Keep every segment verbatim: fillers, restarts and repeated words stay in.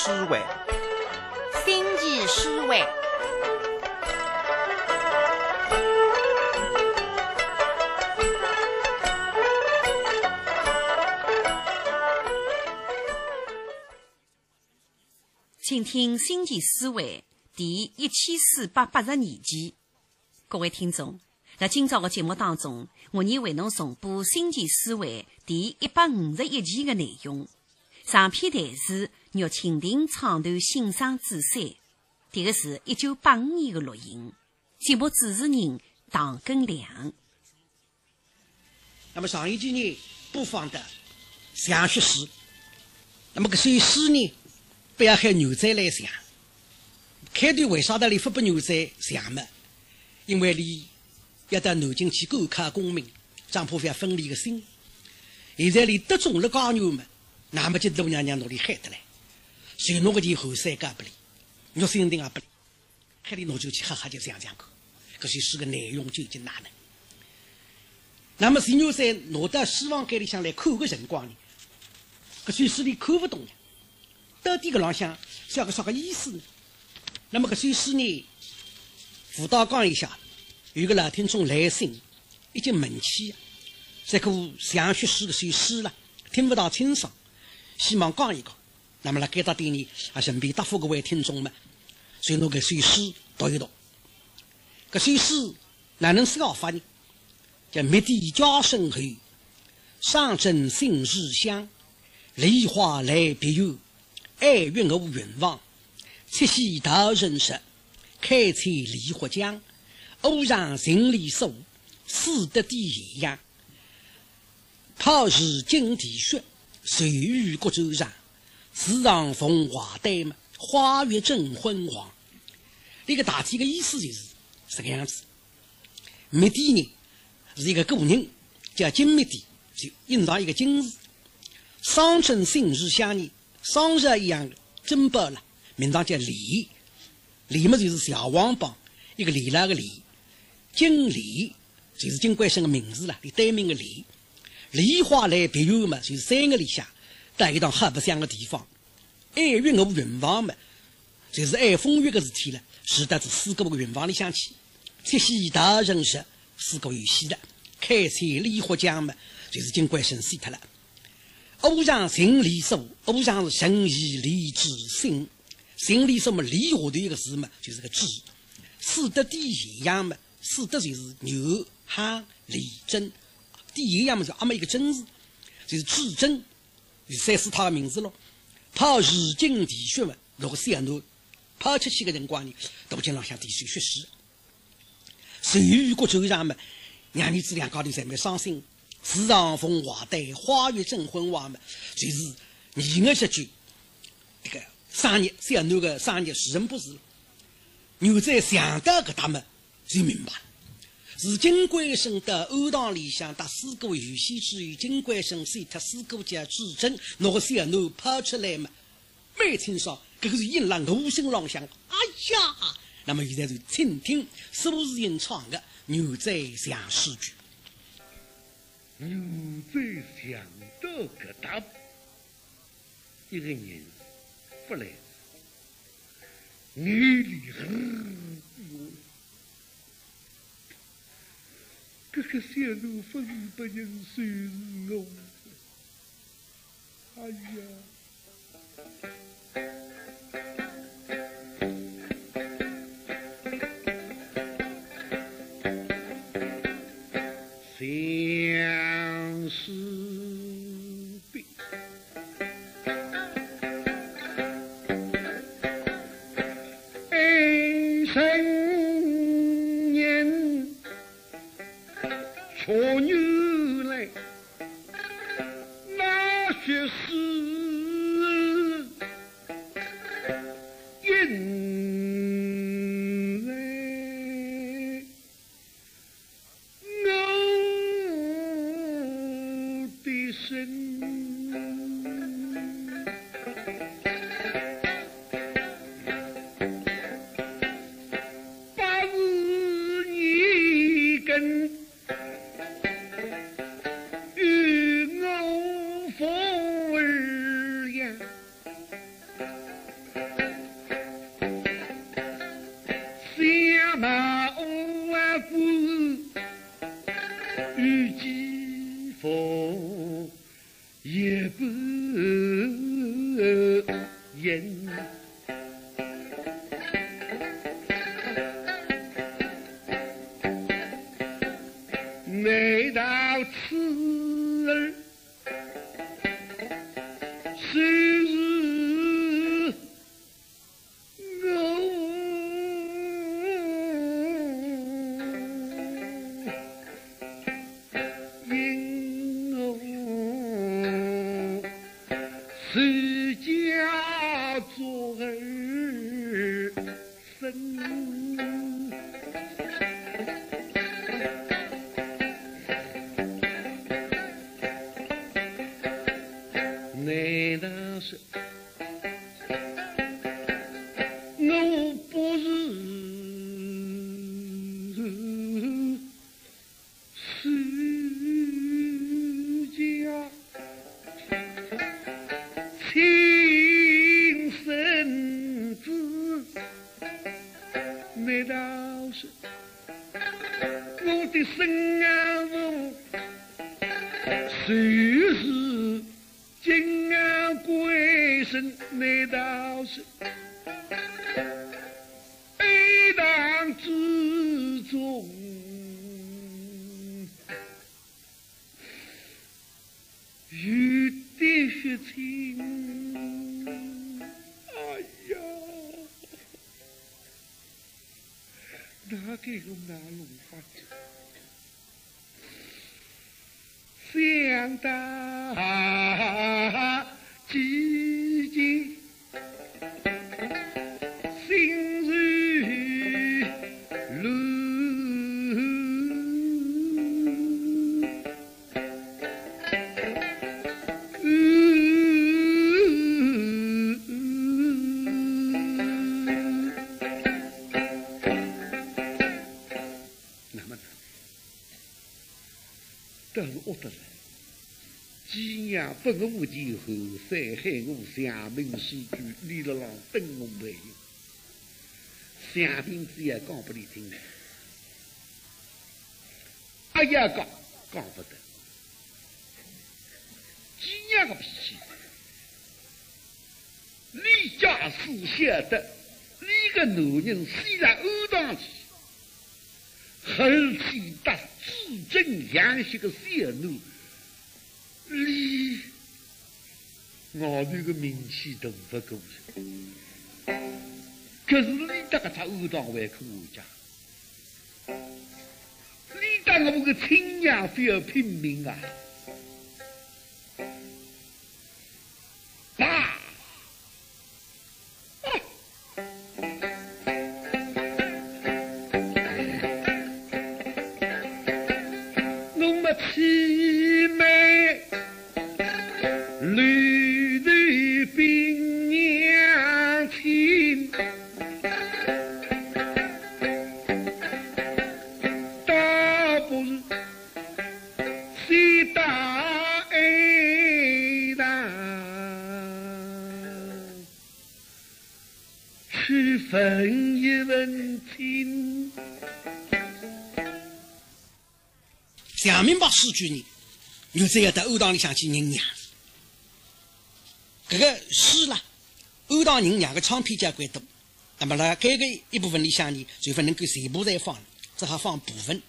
思维， 星际思维。请听星际思维第一千四百八十二集。各位听众，在今朝的节目当中，我已为侬重播星际思维第一百五十一集的内容。上篇台词由蜻蜓唱段欣赏主赛，这个是一九八五年的录音。节目主持人唐根良。 那么上一集呢，播放的详学诗。那么这首诗呢，不要喊牛仔来想。开端为啥的你不把牛仔想嘛？因为你要到南京去观看功名，张破fj分离的心。现在你得中了高牛嘛，那么就老娘娘努力害得来。所以侬个就后三个不理，肉心定也不理，海里侬就去哈哈就这样讲过。可是诗个内容究竟哪能？那么牛仔拿到希望街里向来看个辰光呢，搿首诗里看不懂呀。到底搿浪向是要个啥个意思呢？那么搿首诗呢，辅导讲一下，有个老听众来信，已经问起，这个详学诗搿首诗了，听不大清爽，希望讲一个。那么辣该到店里啊，顺便答复各位听众们，所以侬搿首诗读一读。搿首诗哪能写法呢？叫灭地家生后，上阵新日乡，梨花来别有。爱运无远望，七夕到人时，开采梨花江。偶然行李数，似得第一样。泡日金地雪，随遇国州上。时常逢华带嘛，花月正昏黄。这个大体的意思就是这个样子。灭地呢是一个个人，叫金灭地，就印上一个金字。上阵新日乡呢。双日一样的珍宝了，名字叫李，李嘛就是小王帮一个李那个李，金李就是金贵生的名字了，你对名的李，梨花来别有嘛，就是三个里下到一档黑不相的地方，爱运无远望嘛，就是爱风月的事体了，使得这四个个远望里向去，七夕大人时四个有戏了，开采梨花江嘛，就是金贵生死他了。偶然行李数，偶然是神以理之心，行李什么理下的一个字嘛，就是个智。四德第一样嘛，四德就是牛、汉、李、真，第一样嘛就阿么一个真字，就是至真，就三是他的名字咯。泡日金地血嘛，如果三奴泡出去个辰光呢，都经浪向地水血湿。随遇国州上嘛，娘儿子两高头在没伤心。时常逢华带，花月正昏黄嘛，就是你我这句这个商业小牛个商业是人不是？牛仔想到个他们就明白了，是金贵生的欧堂里向打四个游戏之余，金贵生是他四个家至真，那个小牛跑出来嘛，没听说这个是引浪无声浪响，哎呀！那么现在就倾听苏轼人唱的牛仔想诗句。 牛仔想到个答，一个人不来，眼里哼，这个小路不是不人算是我，哎呀！相思别，爱生年，错女来，那些事因。 雨季风也不言。每到此儿是日我因我是家作儿生。难道是我不是世家亲生子？难道是我的生啊父谁是今啊归身？难道是悲当之中与的血亲？哎呀，哪给我拿弄法子？想到几经心如露，那么但是恶得来。几年不我前后，山海我乡民诗句，李了郎灯笼没有，乡民子也讲不离听。哎呀，讲讲不得，几年个脾气，李家师晓得，李个男人虽然偶当起，后期达至真养些个小奴。李，我这个名气都不够去，可是李大个他偶当还可我家，李大我个亲娘非要拼命啊！爸，我们七妹。绿绿冰娘亲，倒不是谁大爱大，去分一问亲。 想明白诗句呢，你这要到欧堂里向去认娘。这个诗啦，欧堂人两个唱片家归多，那么呢，这个一部分里向呢，就不能够全部再放，只好放部分。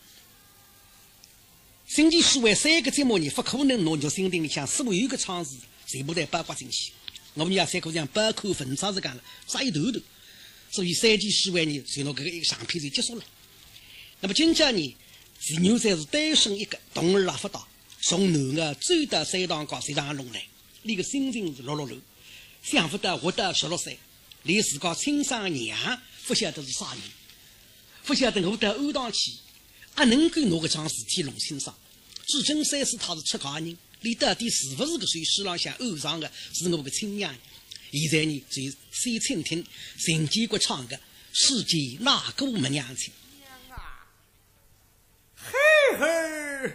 星期四晚三个节目呢，不可能拿你心顶里向所有一个唱词全部再包括进去。我们要三个这样包括分叉是干了，扎一头头。所以三期四晚呢，就拿这个上片就结束了。那么今朝呢，是牛才是单身一个，动儿拉不到，从南啊走到山塘高山上弄来。那个心情是落落落，想不到活到十六岁，连自家亲生娘不晓得是啥人，不晓得我到欧堂去，还能够拿个桩事体弄清爽。至今三是他是出家人，你到底是不是个谁世浪向欧上的是我个亲娘？现在呢，就先听听陈建国唱的《世界哪个没娘亲》。 娘啊，嘿嘿，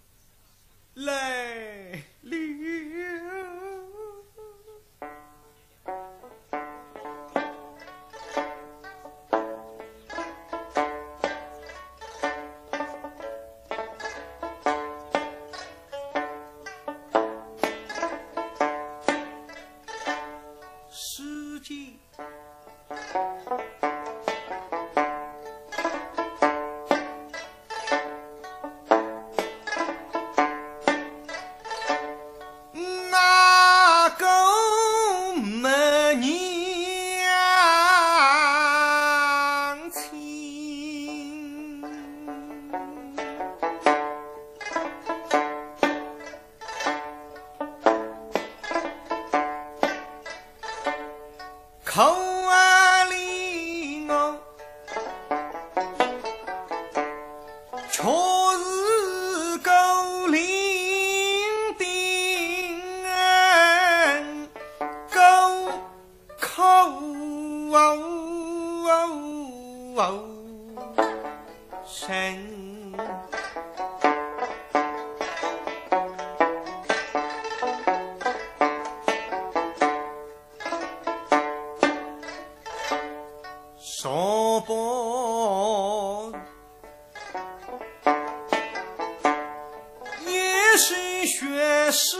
来了。 是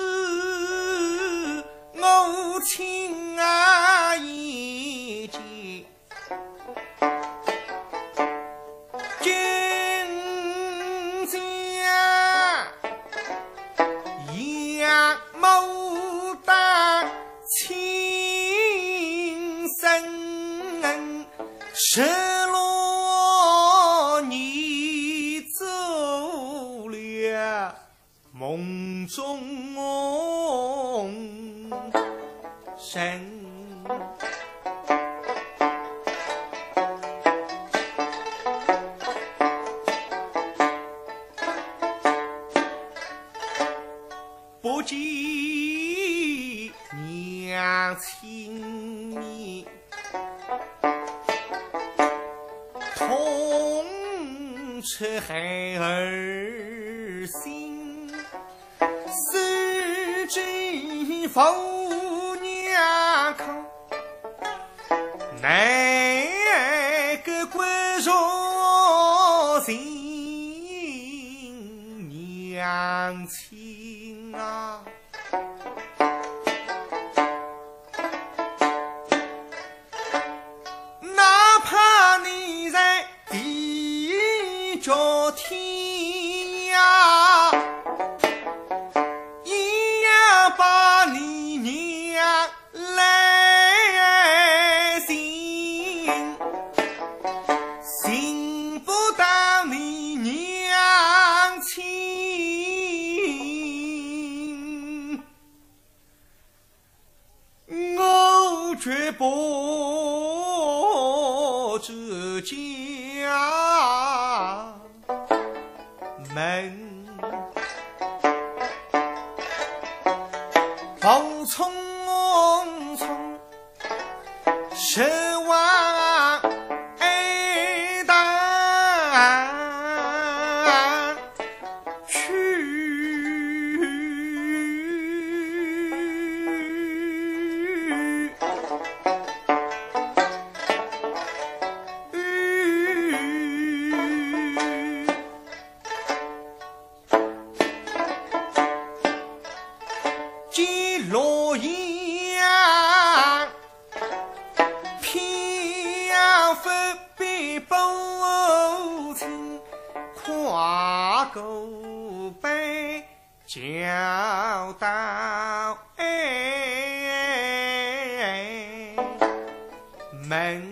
我亲啊一见，今家杨某大亲生失落你走了梦中神，不及娘亲你痛彻孩儿心，四肢父娘口，哪个归若心娘亲啊？哪怕你在地脚天呀，也要把你娘来信，信不到你娘亲，我绝不这家门。风匆匆，十万爱当去。洛阳漂浮北步情，跨沟北交到哎门。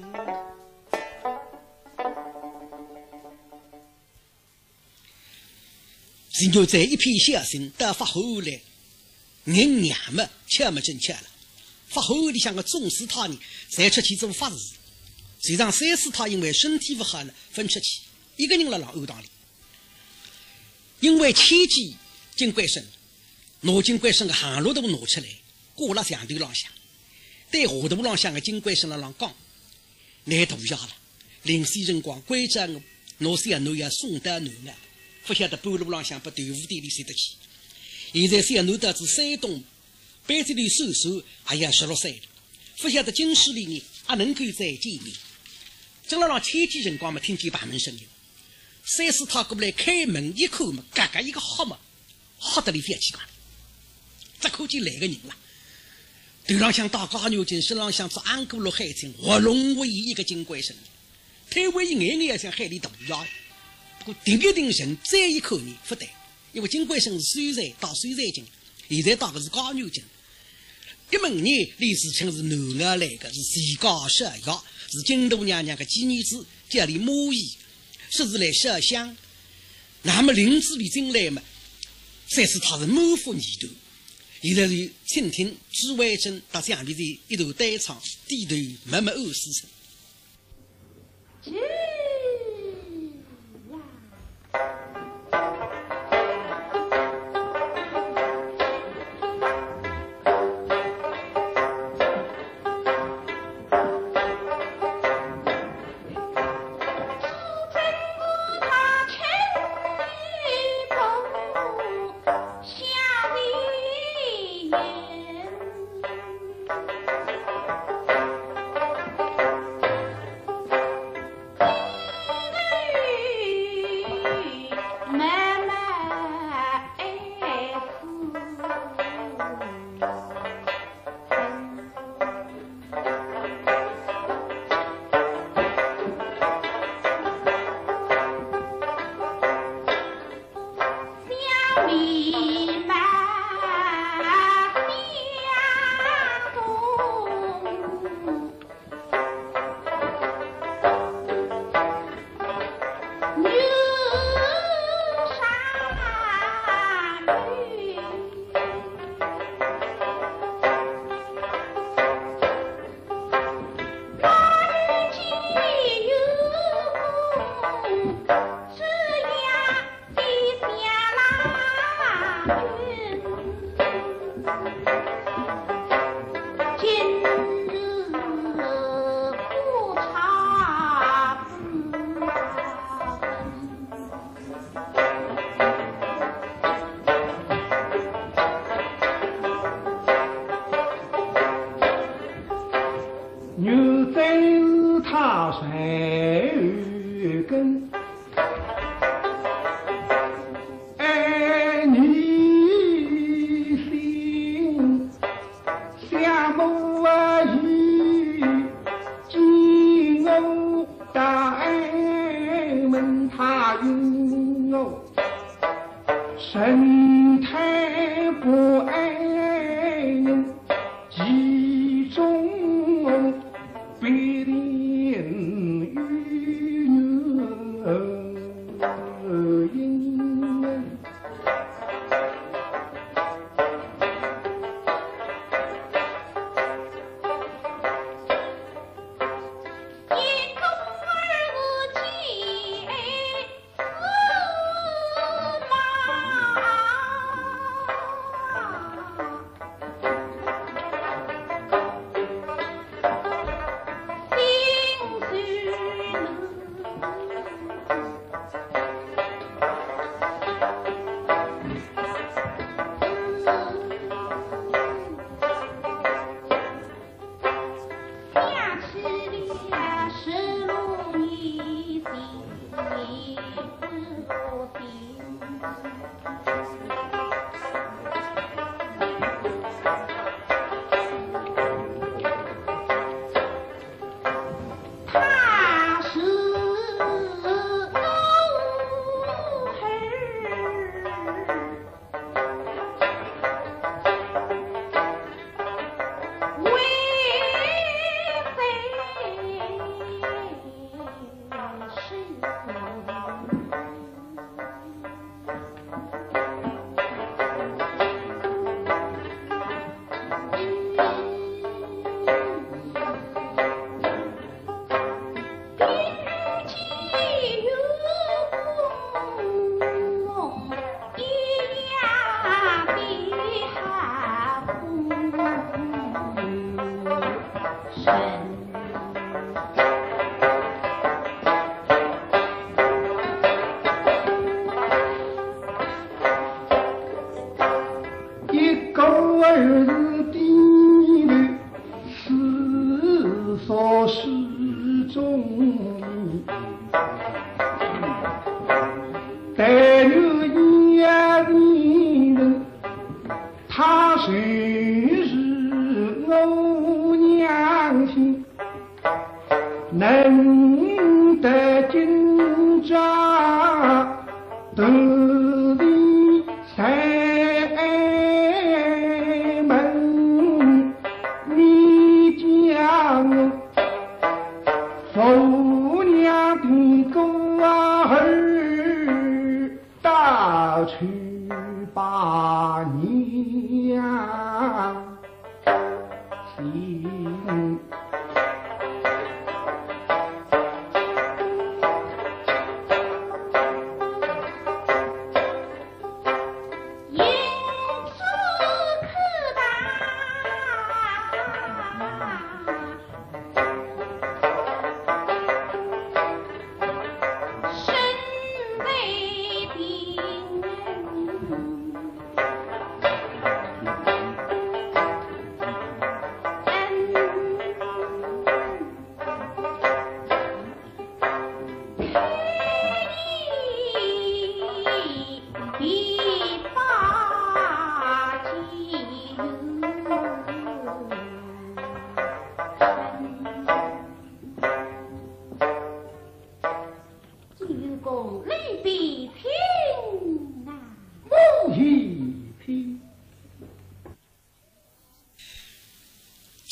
只有在一片笑声得发后来，人娘们吃么真吃了，发后里向个重视他呢，才出去做法事。虽然三四他因为身体不好呢，分出去一个人辣辣欧堂里，因为千机金龟生，拿金龟生个行路都拿出来，挂了墙头浪向，对下头浪向个金龟生辣浪讲，来大家了，临时辰光规则我小奴要送到南岸，不晓得半路浪向把豆腐店里塞得去。现在小奴得知山东被这里收收也要十六岁了，不晓得今世里呢还能够再见面。正辣让千机辰光嘛，听见把门声音，三四他过来开门一看嘛，嘎嘎一个喝嘛，喝得里非常奇怪，这可见来个人了。头浪向打高牛筋，身浪向做安哥罗海青，活龙为一个金龟身，太为一眼眼像海里大鸭。不过定一定神再一看呢，不对。因为金龟生是水财打水财经，现在打的是高牛经。一门年李世清是南岸来的，是最高设药，是金都娘娘的几女子，家里母仪，说是来设香。那么林子里进来嘛，才是他是满腹泥头。现在是倾听朱伟珍到江边的一头单唱，低头默默暗思声。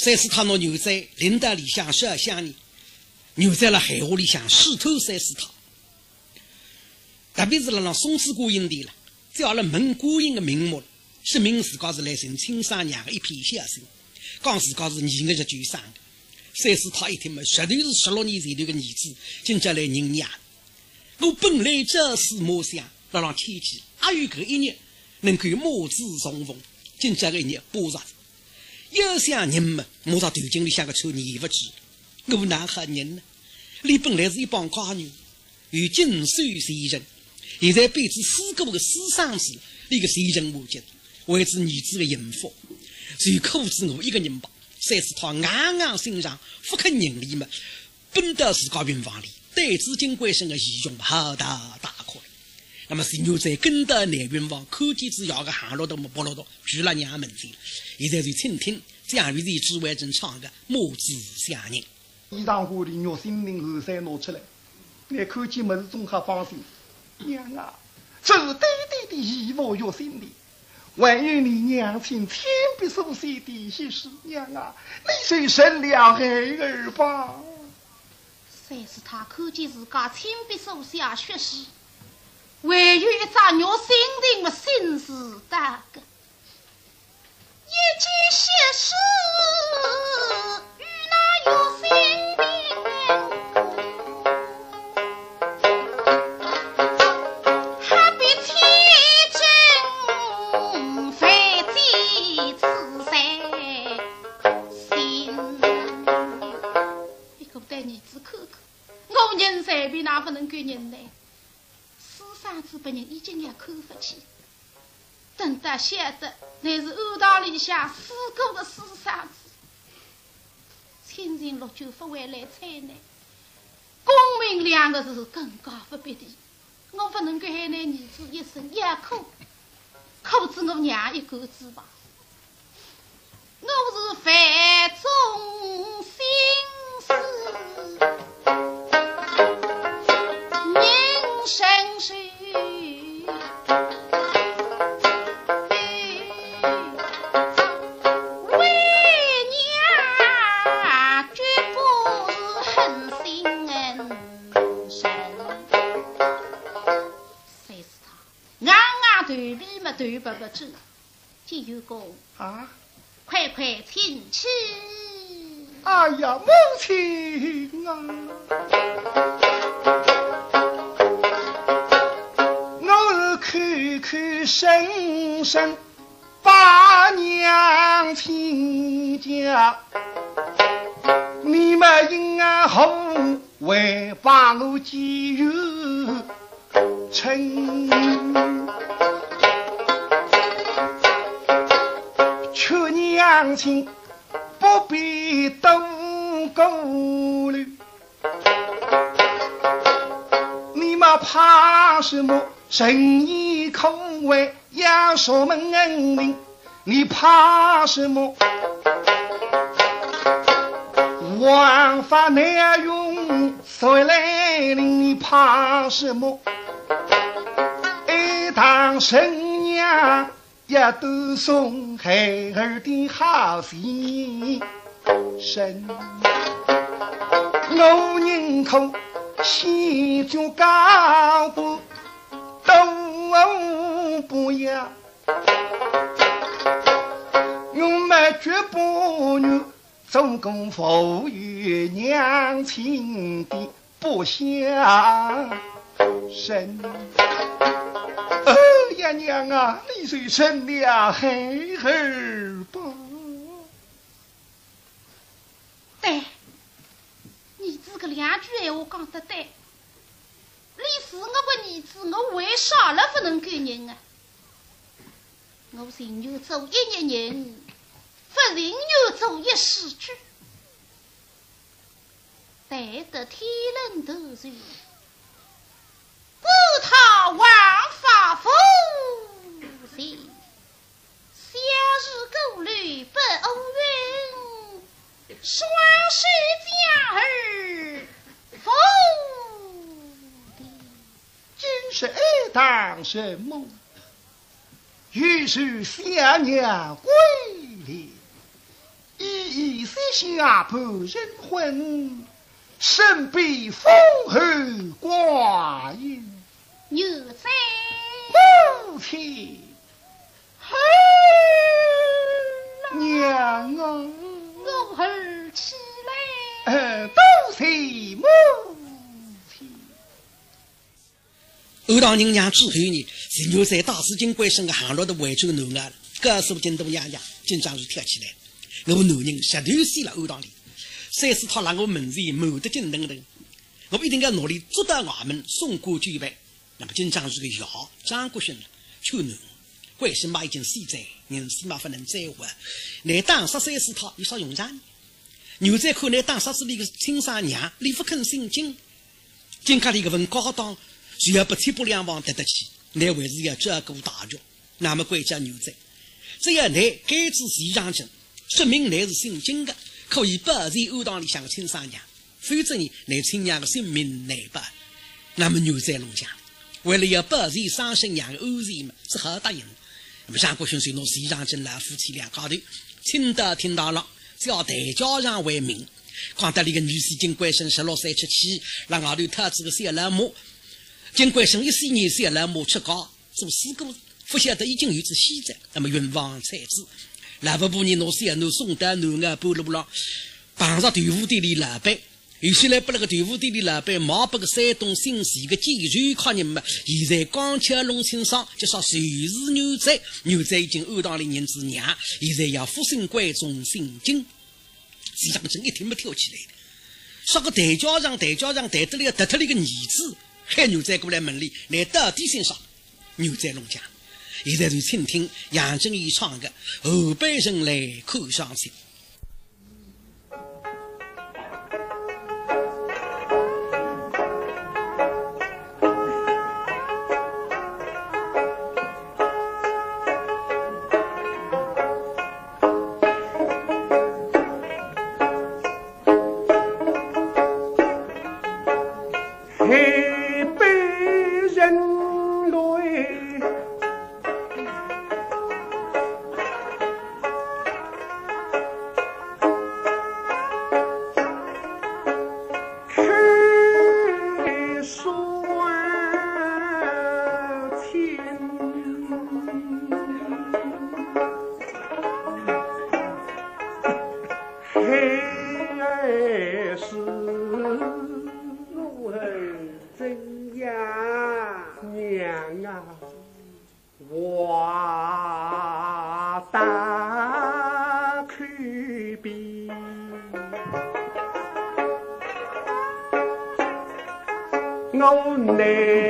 三是他拿牛仔领到里向十二乡里，牛仔了海河里向试透三是他。特别是了让松枝孤营地了，只要了问孤营的名目，说明自家是来寻亲生娘的一片孝心，讲自家是儿子就生的。三是他一听嘛，绝对是十六年前头的儿子，今朝来认娘。我本来就是梦想，让让天气，还有这一日能够母子重逢，今朝个一日补上。有想人们摸到头颈里像个臭泥不知，我哪吓人呢？你本来是一帮寡女，与今岁谁人？现在被子四个的私生子，你个谁人无尽，为之女子的淫妇，最苦之我一个人吧。三是他硬硬心上不肯认理嘛，本到自家云房里，对资金贵生的义用好大大块。那么是牛在跟到南云房，看见只要个行路都没不落到，举了娘门前。现在就倾听蒋玉娣指挥正唱的母子相认。 衣裳裤里肉心灵后山拿出来，你看见么是综合放心。娘啊，这是对对的义务肉心灵。万一你娘亲天别受谁的些事，娘啊，你谁生了孩儿吧？ 三是他看见自家亲笔手下血誓，唯有一张肉心灵的心事大个，一件血誓与那肉心灵。哪不能够人呢？私生子被人已经也看不起，等到晓得乃是暗道里向死过的私生子，亲人六九不会来睬呢。功名两个字更加不必提，我不能够害那儿子一生也苦，苦子我娘一个字吧。我是犯众心思。生死为娘绝不是狠心生，谁是他硬硬头皮嘛头不不走，只有公啊， 快快请起。 哎呀，母亲啊！看看生生把娘亲家，你们因俺好为把我寄予称，劝娘亲不必多顾虑，你们怕什么？生意空位要说门恩灵，你怕什么？王法难用，谁来领？你怕什么？一当神娘也都送孩儿的好心神，我宁可心就高不。都不要，我们绝不女总共赋予娘亲的不相生。哦呀娘啊，你虽生了孩儿吧？ 对，你这个两句闲话讲得对。你是我的儿子，我为啥了不能够认啊？我情愿做一日人，不情愿做一世主。待得天冷头热，不讨王法夫人，夏日勾绿不欧云，双手将儿扶。 真是爱当什么？于是小娘归了， 一一三下半人昏，身被风后挂影。 牛仔母亲，娘啊， 我儿起来， 呃，都是母亲。 欧大人娘之后呢，是牛仔大师金贵生个行路的围住奴啊，各属京东娘娘经常是跳起来。我男人绝对死了欧大人，三四他让我门前谋得金等等，我一定要努力捉到我们送过举办。那么经常是个药张国勋秋男，贵生嘛已经死在，人死嘛不能再活。来当杀三四他有啥用场？牛仔看来当杀是那个亲生娘，你不肯心惊。今看的一个份高档，只要不天不两王得得起，来为是要这个大局。那么贵家牛仔，只要来改制西让军，说明来是姓金的，可以保全欧堂里向的亲生娘，否则呢，来亲娘的性命难保。那么牛仔龙讲，为了要保全双生娘的欧人嘛，是好答应。那么张国勋随侬西让军来夫妻俩高头，听得听到了，只要代家上为名。看到那个女婿金贵生十六岁出妻，让外头特制个小老母，金贵生一四年小老母出高做四个，不晓得已经有只西子，那么云王才子，老婆婆呢侬小侬送到南岸半路上，碰上队伍队里老板，有些来把那个队伍队里老板毛把个山东新市个济州靠人嘛，现在刚巧龙青上就说谁是牛仔，牛仔已经欧当里人之娘，现在要复兴贵中心经。西上真一听没跳起来，说个代家长代家长带得了得特了一个儿子，喊牛仔过来门里来到底先生。牛仔龙讲，现在就倾听杨振义唱的后辈人来口上去。 我内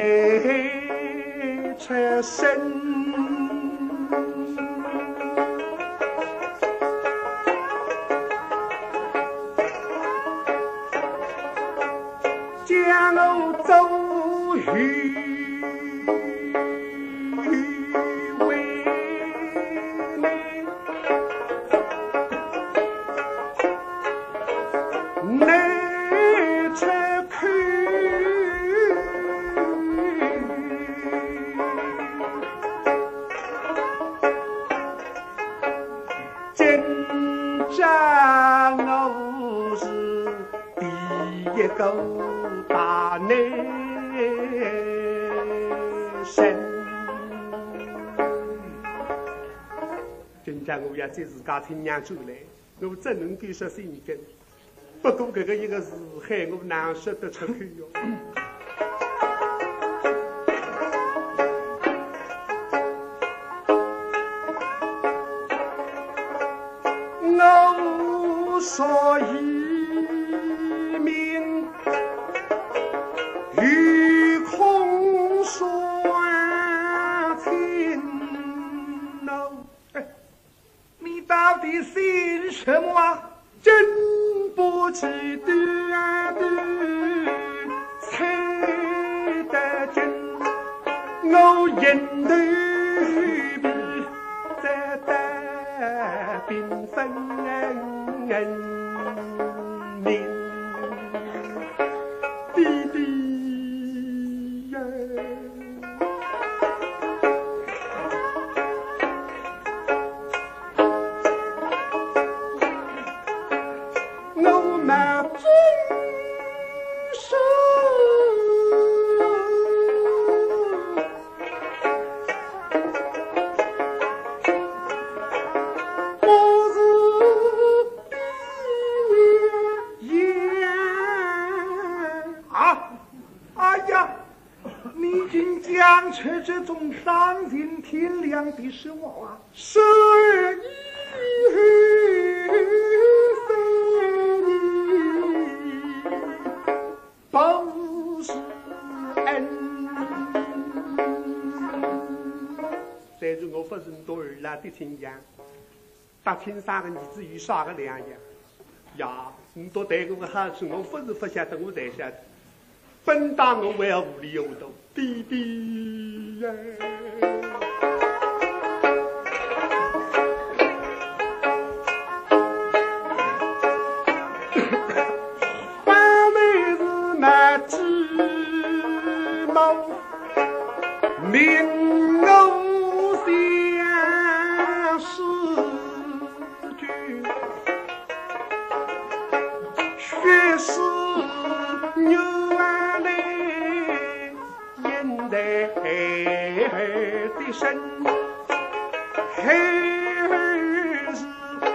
出身，将我走于为内，内出看。我是第一个大男生，今朝我要在自家亲娘走来，我怎能够说心根？不过这个一个字害我难说得出口哟。我所以命与空双亲哦，你到底姓什么啊？真不知短短才得真，我人头比在得缤纷人民弟弟呀， 这种丧尽天良的是我啊， 是你不是恩。 再如我不认多儿拉的亲娘，打亲生个儿子有啥个两样？呀，你多对我好处，我不是不晓得，我才晓得。本当我为无理有道，弟弟呀。 明我相思君，血是牛儿泪，眼泪的深，还是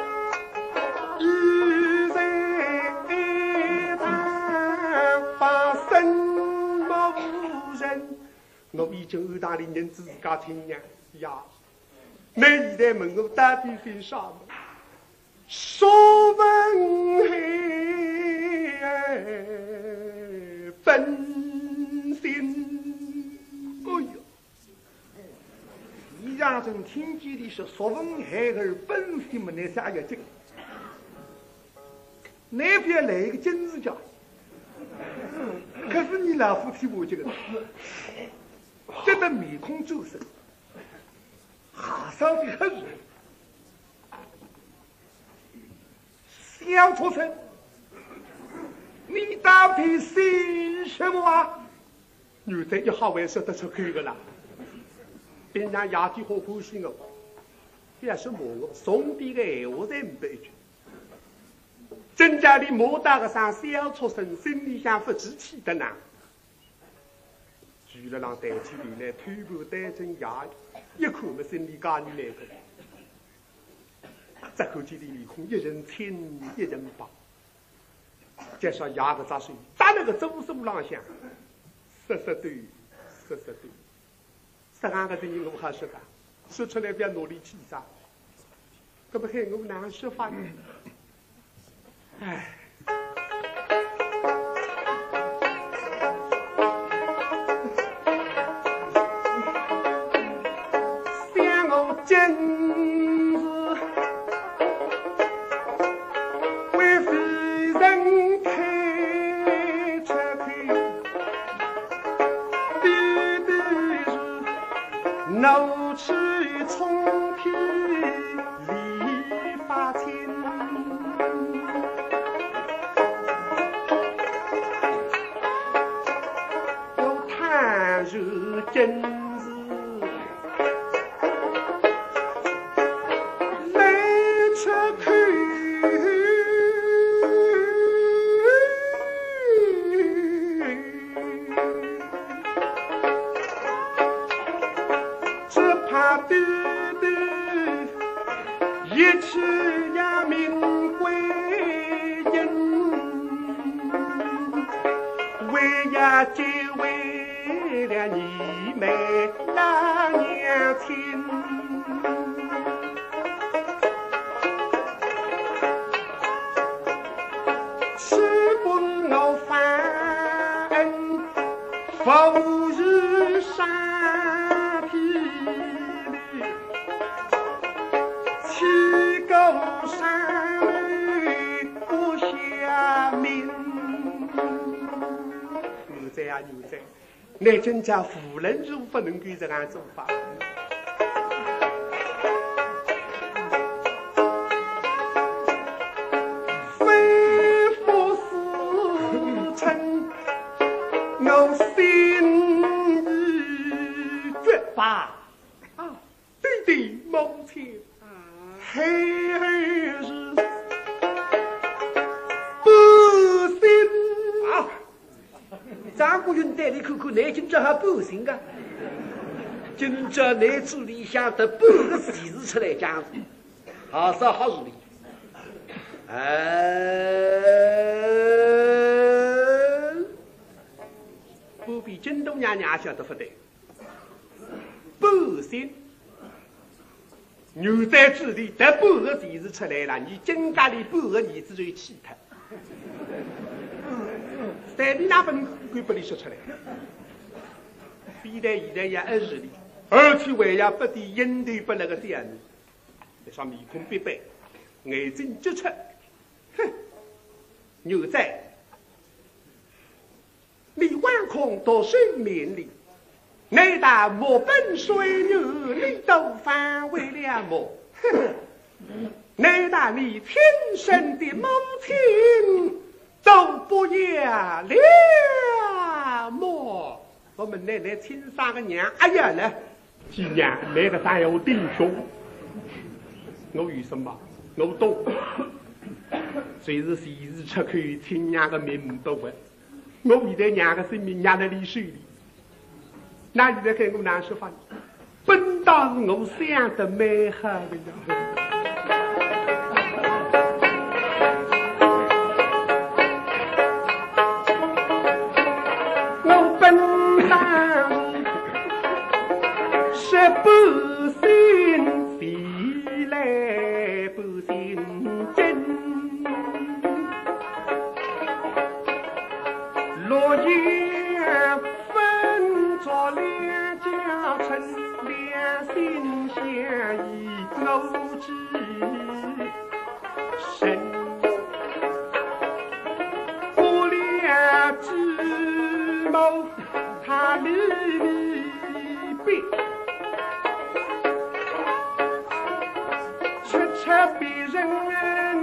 一在他把身无人。我已经二大的人自家亲娘呀，每一代问我到底是啥么？说问嘿本心， 哎呦，你让人听见的是说问孩儿本心么？那下一句，那边来一个金子家，可是你老夫妻我这个。这个面孔周身，哈上的很人，小畜生，你到底姓什么啊？女的一好为说得出口的啦，别让牙体好高兴哦，也是骂我送的个闲话才不一句。真家里莫大个上小畜生，心里想不志气的呢。举了让带起来来，腿部带成牙，一看么心里家里来个，这口气的面孔，一人亲一人抱，加上牙个扎水，打那个周手浪向，说说对，说说对，这样个人我还说个，说出来不要努力气啥，这不害我难说法呢？唉。今日为非人开车开，弟弟是怒气冲天理发厅，有贪如真。就为了你妹那娘亲，岂不我犯浮于山体里，七个山里不下命。在呀，牛仔，那真叫妇人如不能够这样做法。非复是臣，我心意绝罢。啊，弟弟母亲，还是不信啊。张国云带你看看，南京这还不行啊！今朝南主里想得半个喜事出来讲，好说好理。哎，不比京东娘娘晓得不对。 半心。牛在这里得半个地是出来了，你金家里半个儿子就气他。三里那本官不里说出来，非但现在也二十里，而且还要不得应对不那个这样子，那双面孔必白，眼睛直出，哼，牛仔，你万空到水面里。内大莫本水牛，你都反为了么？内大你天生的母亲都不要了么？我们奶奶亲生个娘，哎呀呢，几娘那个啥有弟兄，我有什么？我懂，虽是昔日出口亲娘的命不稳，我现在娘的生命压在你手里。那你在跟我哪说话？本当是我想的美好的呀。我本当是不信非来不信真，落叶分作两家臣，两心相依我知深，我俩之谋他离离别，吃吃别人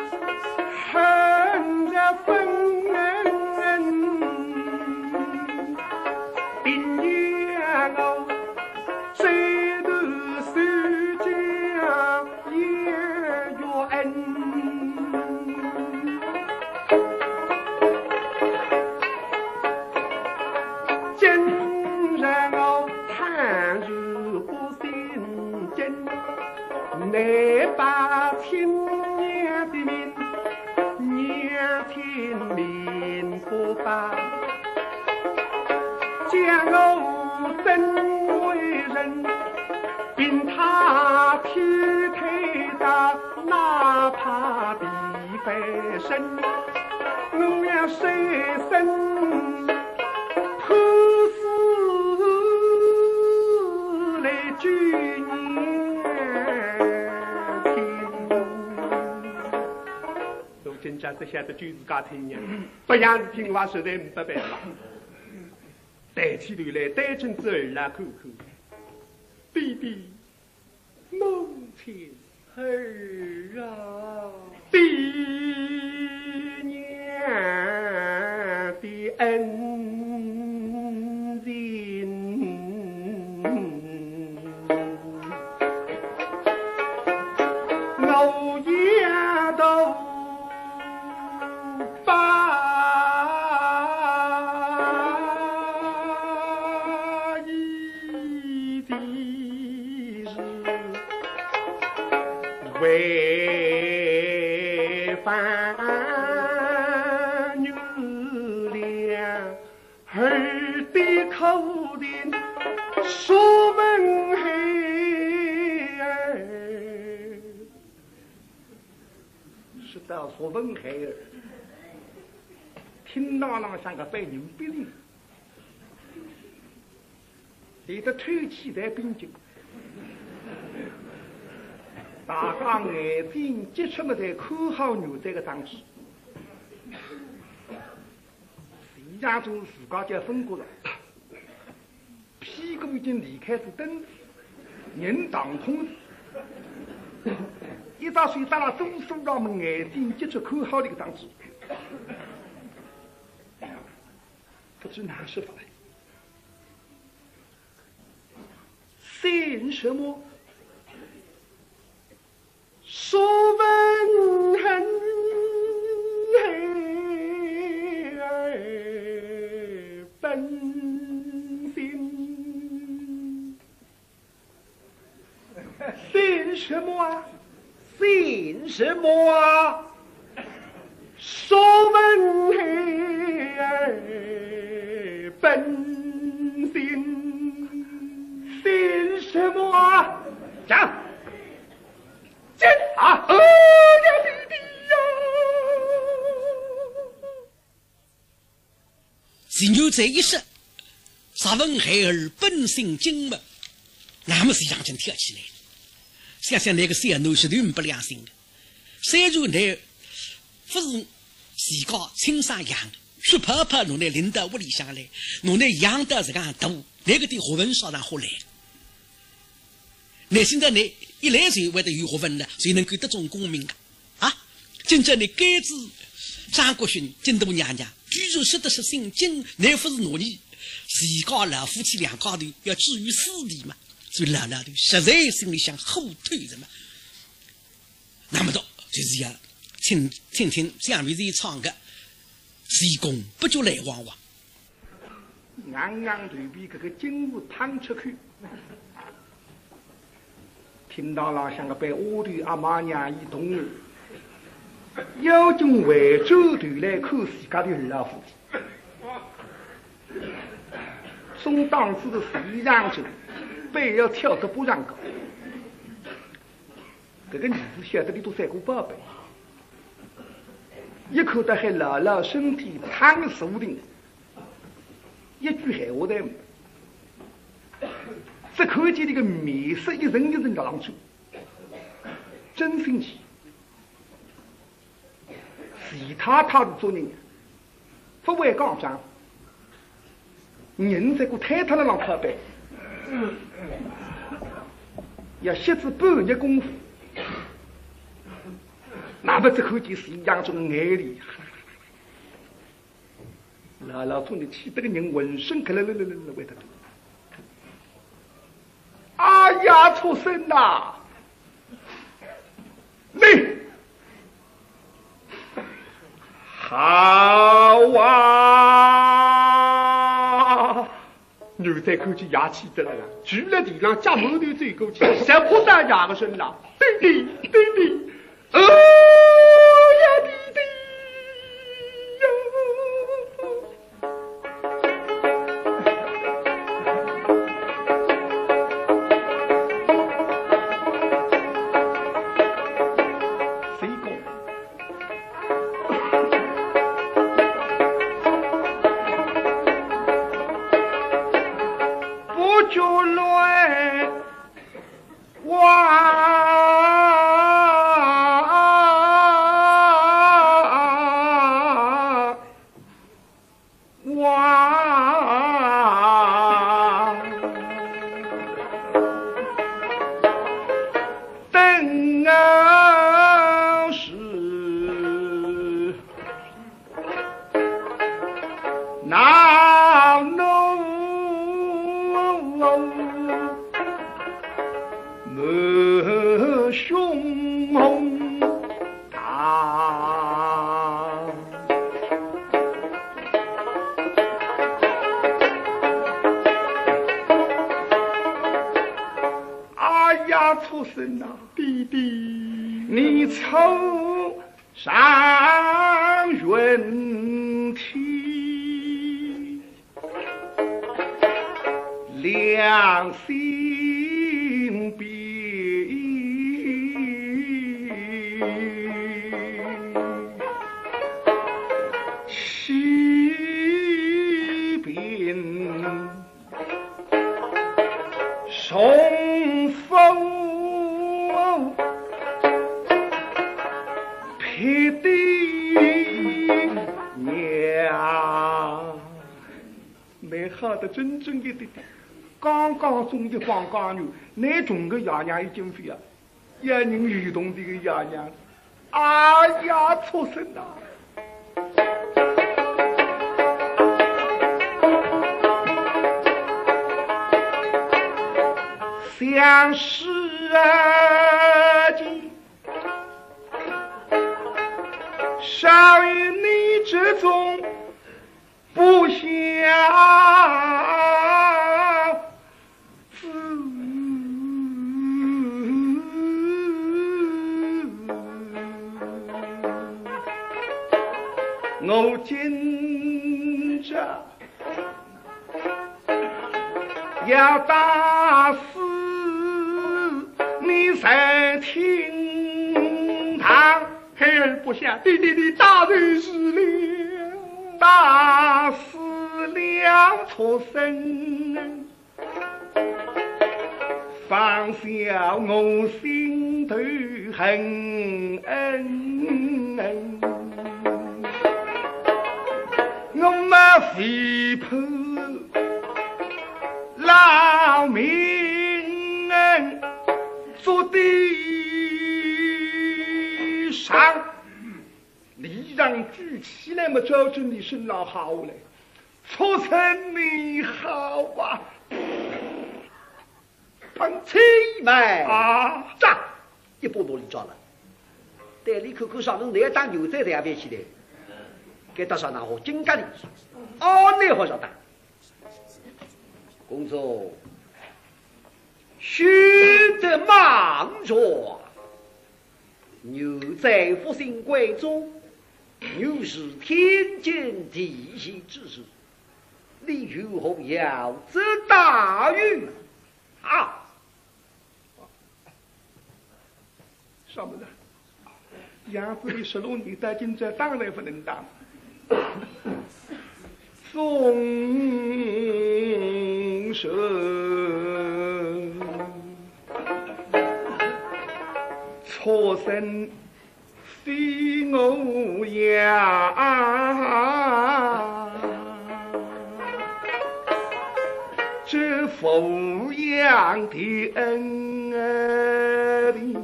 恨着分。来把亲娘的命，娘亲命不发，将我真为人，并他劈腿的，哪怕地翻身，我要谁身破死来救你。真正这下子就是家庭呀，不让是听话实在不办了。带起头来，带进子儿来看看，弟弟，母亲儿啊，爹娘的恩情，我也都。为反女俩儿的口令说文黑儿，说到说文黑儿，听朗朗像个摆牛逼的，你的推起在边境。大家眼睛接触么在看好牛仔的档次，实际上从自家就分过了，屁股已经离开是灯，人当空，一大水打了中枢让我们眼睛接触看好的一个档次，不知哪说法来，信什么？说文恨儿本心，信什么啊？信什么啊？说文恨儿本心，信姓什么啊？ 讲。 进啊！哦呀弟弟呀！ 是牛这一时，啥问孩儿本性精嘛？那么是让人跳起来。想想那个小奴是多么不良心的，虽然那不是自个亲生养的，血泡泡弄来领到屋里向来，弄来养到这个大，那个的学问上上好来。那现在你一来谁为了有学问呢？谁能够得种功名啊？啊！真正的该子张国勋、金都娘娘，居然识得是心经，那不是奴隶，自个老夫妻两家头要置于死地嘛？所以老老的实在心里想后退什么？那么多就是要听听听下面这一唱歌，西宫不就来往往， 硬硬对比这个金屋探出去。听到了像个被我的阿妈娘一动儿，有种围着头来看自家的儿老夫妻。中档次的是一让着，背要跳得不让高。这个儿子晓得你都三个宝贝，一口的还老老身体躺树的，一句闲话都没。只看见那个面色一人一人的上去，真生气。其他他的做人，不会讲讲，人在个太太的上靠背，要歇子半日功夫，那么只看见是一样种眼里，老老做人气得个人浑身可来来来来来为他。哎呀，畜生呐！你好啊！牛仔看见牙气得了呀，举了地上加毛头追过去，谁不上牙个身啦？弟弟，弟弟，哦呀，弟弟呀！畜生啊，弟弟，你凑上云梯，良心病，气病，送风。皮的娘，没好的真正的弟弟，刚刚中的黄冈牛，那种个爷娘已经飞啊，一人移动这个爷娘，哎呀，畜生啊！相识而今。少于你之中不相知，我今着要当大师，你在厅堂，孩儿不想弟弟的大人是了，大师亮出声，放下我心头恨，我没肥婆老命人做的上，礼让举起来嘛，照着你身上好嘞，出身你好啊， 喷气呗啊！ 站，一把拿里抓了，袋里口口上能来打牛仔才别起来，给打上那好金刚的，哦，那好上打。公主，须得忙着。牛在复兴贵中，牛是天经地义之事，你如何要这大运啊？ 上不得，杨子里十六年代今在当然不能当。松手错身非我呀，这抚养的恩人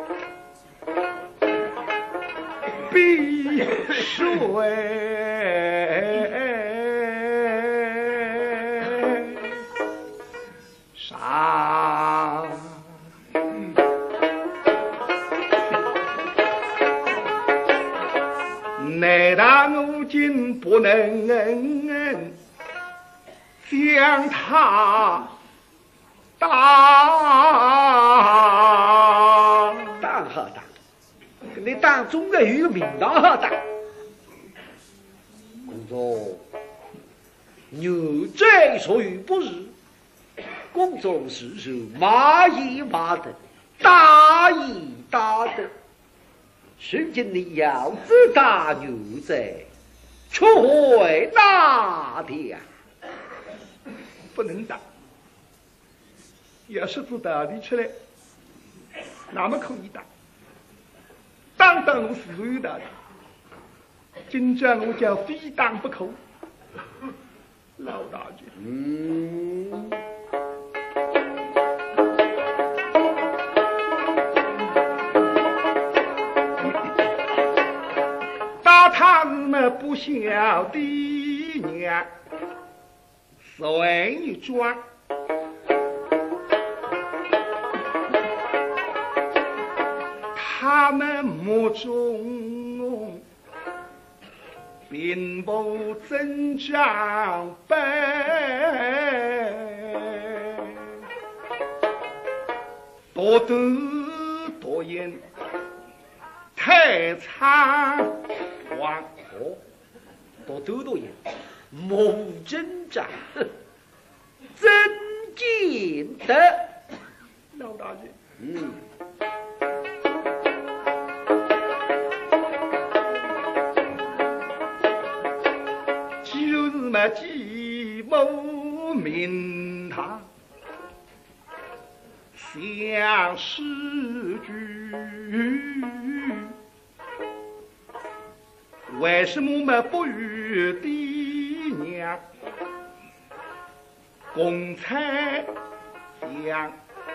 必谁杀？奈他如今不能将他打打好打，你当中的有名堂好打。公主，牛仔属于不是，公主是受骂一骂的，打一打的。如今你要只打牛仔，却会打的呀， 不能打。要是知道理出来，那么可以打。当当我是有打的，今朝我叫非打不可。老大姐， 嗯。 他们不晓得娘，随一桩，他们目中并不真长辈，多得多言，太仓。王哦，多多多言，莫真长，真见得。 老大姐， 嗯， 就是嘛，寂寞名堂，相思句。为什么么不与爹娘共采香？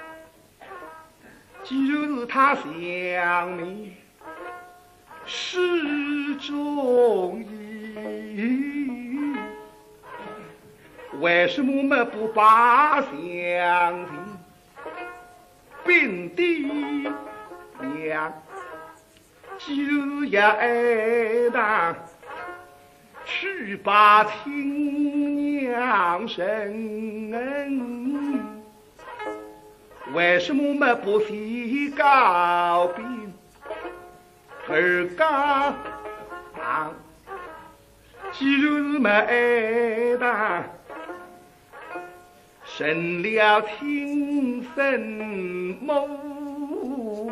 就是他想你始终意，为什么么不把相信并蒂娘？就要爱他去把听娘声，为什么么不提告别而告当？就是么爱他成了听生母，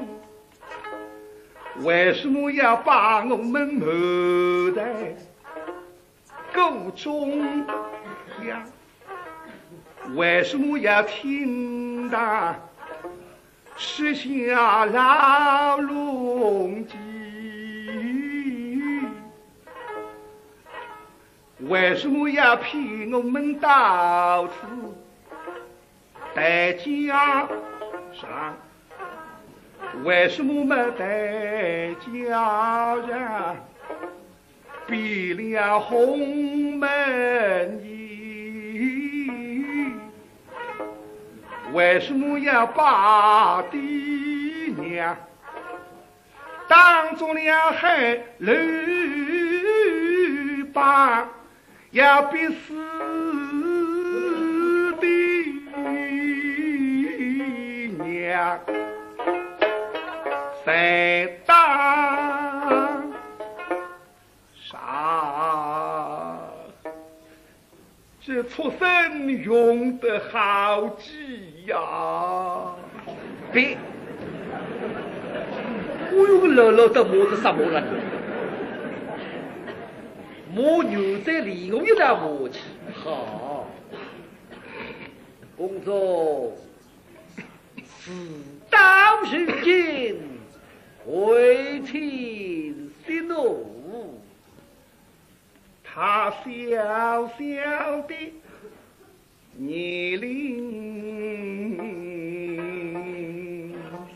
为什么要把我们谋在沟中央？为什么要听他吃下牢笼鸡？为什么要骗我们到处在家上？为什么没在家上闭了红门衣？为什么要把爹娘当做了害驴把？要逼死的娘在当啥？这畜生用得好计呀！ 别，我用老老的磨子什么了？磨牛在里我又来磨去，好，工作事到如今，为情息怒， 他小小的年龄，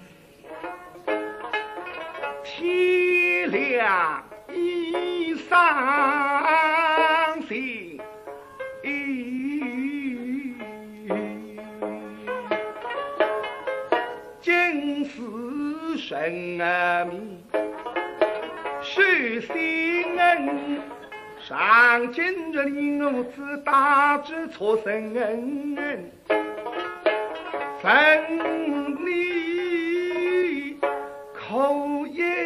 体谅衣裳心，今世神明是心恩，上今日里我自大知错生恩，分你口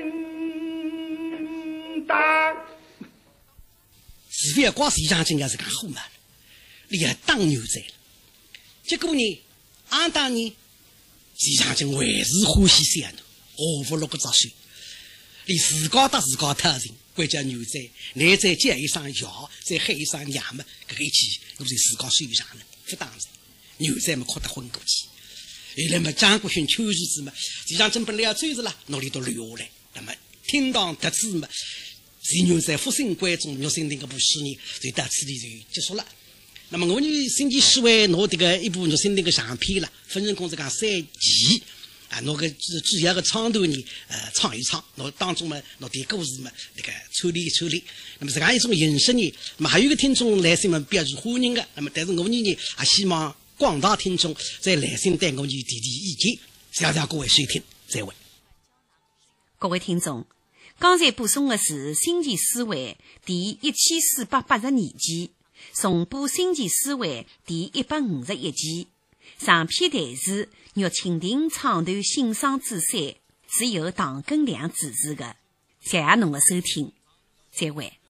音大。 是非要光是将军也是讲好嘛，你也当牛仔了。结果呢，俺当年徐将军还是欢喜三奴，何不落个杂水？连自家打自家特人，关键牛仔，你再接一双药，再黑一双娘们，搿个一起，我在自家手上了，不当然，牛仔们哭得昏过去。原来嘛，张国勋、邱日子嘛，徐将军本来要追着了，哪里都留下来。那么听到得知嘛，是牛仔复兴关中肉身定个部事呢，就到此地就结束了。那么我呢，星期四晚拿这个一部肉身定个相片了，分人公司讲三集。啊，拿个主要的唱段呢，呃，唱一唱，拿当中嘛，拿点故事嘛，那个抽离抽离。那么这样一种形式呢，那么还有一个听众来信嘛，表示欢迎的。那么但是我呢呢，也希望广大听众在来信对我呢提提意见。谢谢各位收听，再会。 各位听众，刚才播送的是星期四晚第一千四百八十二期，重播星期四晚第一百五十一期。上篇台词岳蜻蜓唱段欣赏之三是由唐根良主持的，谢谢侬的收听，再会。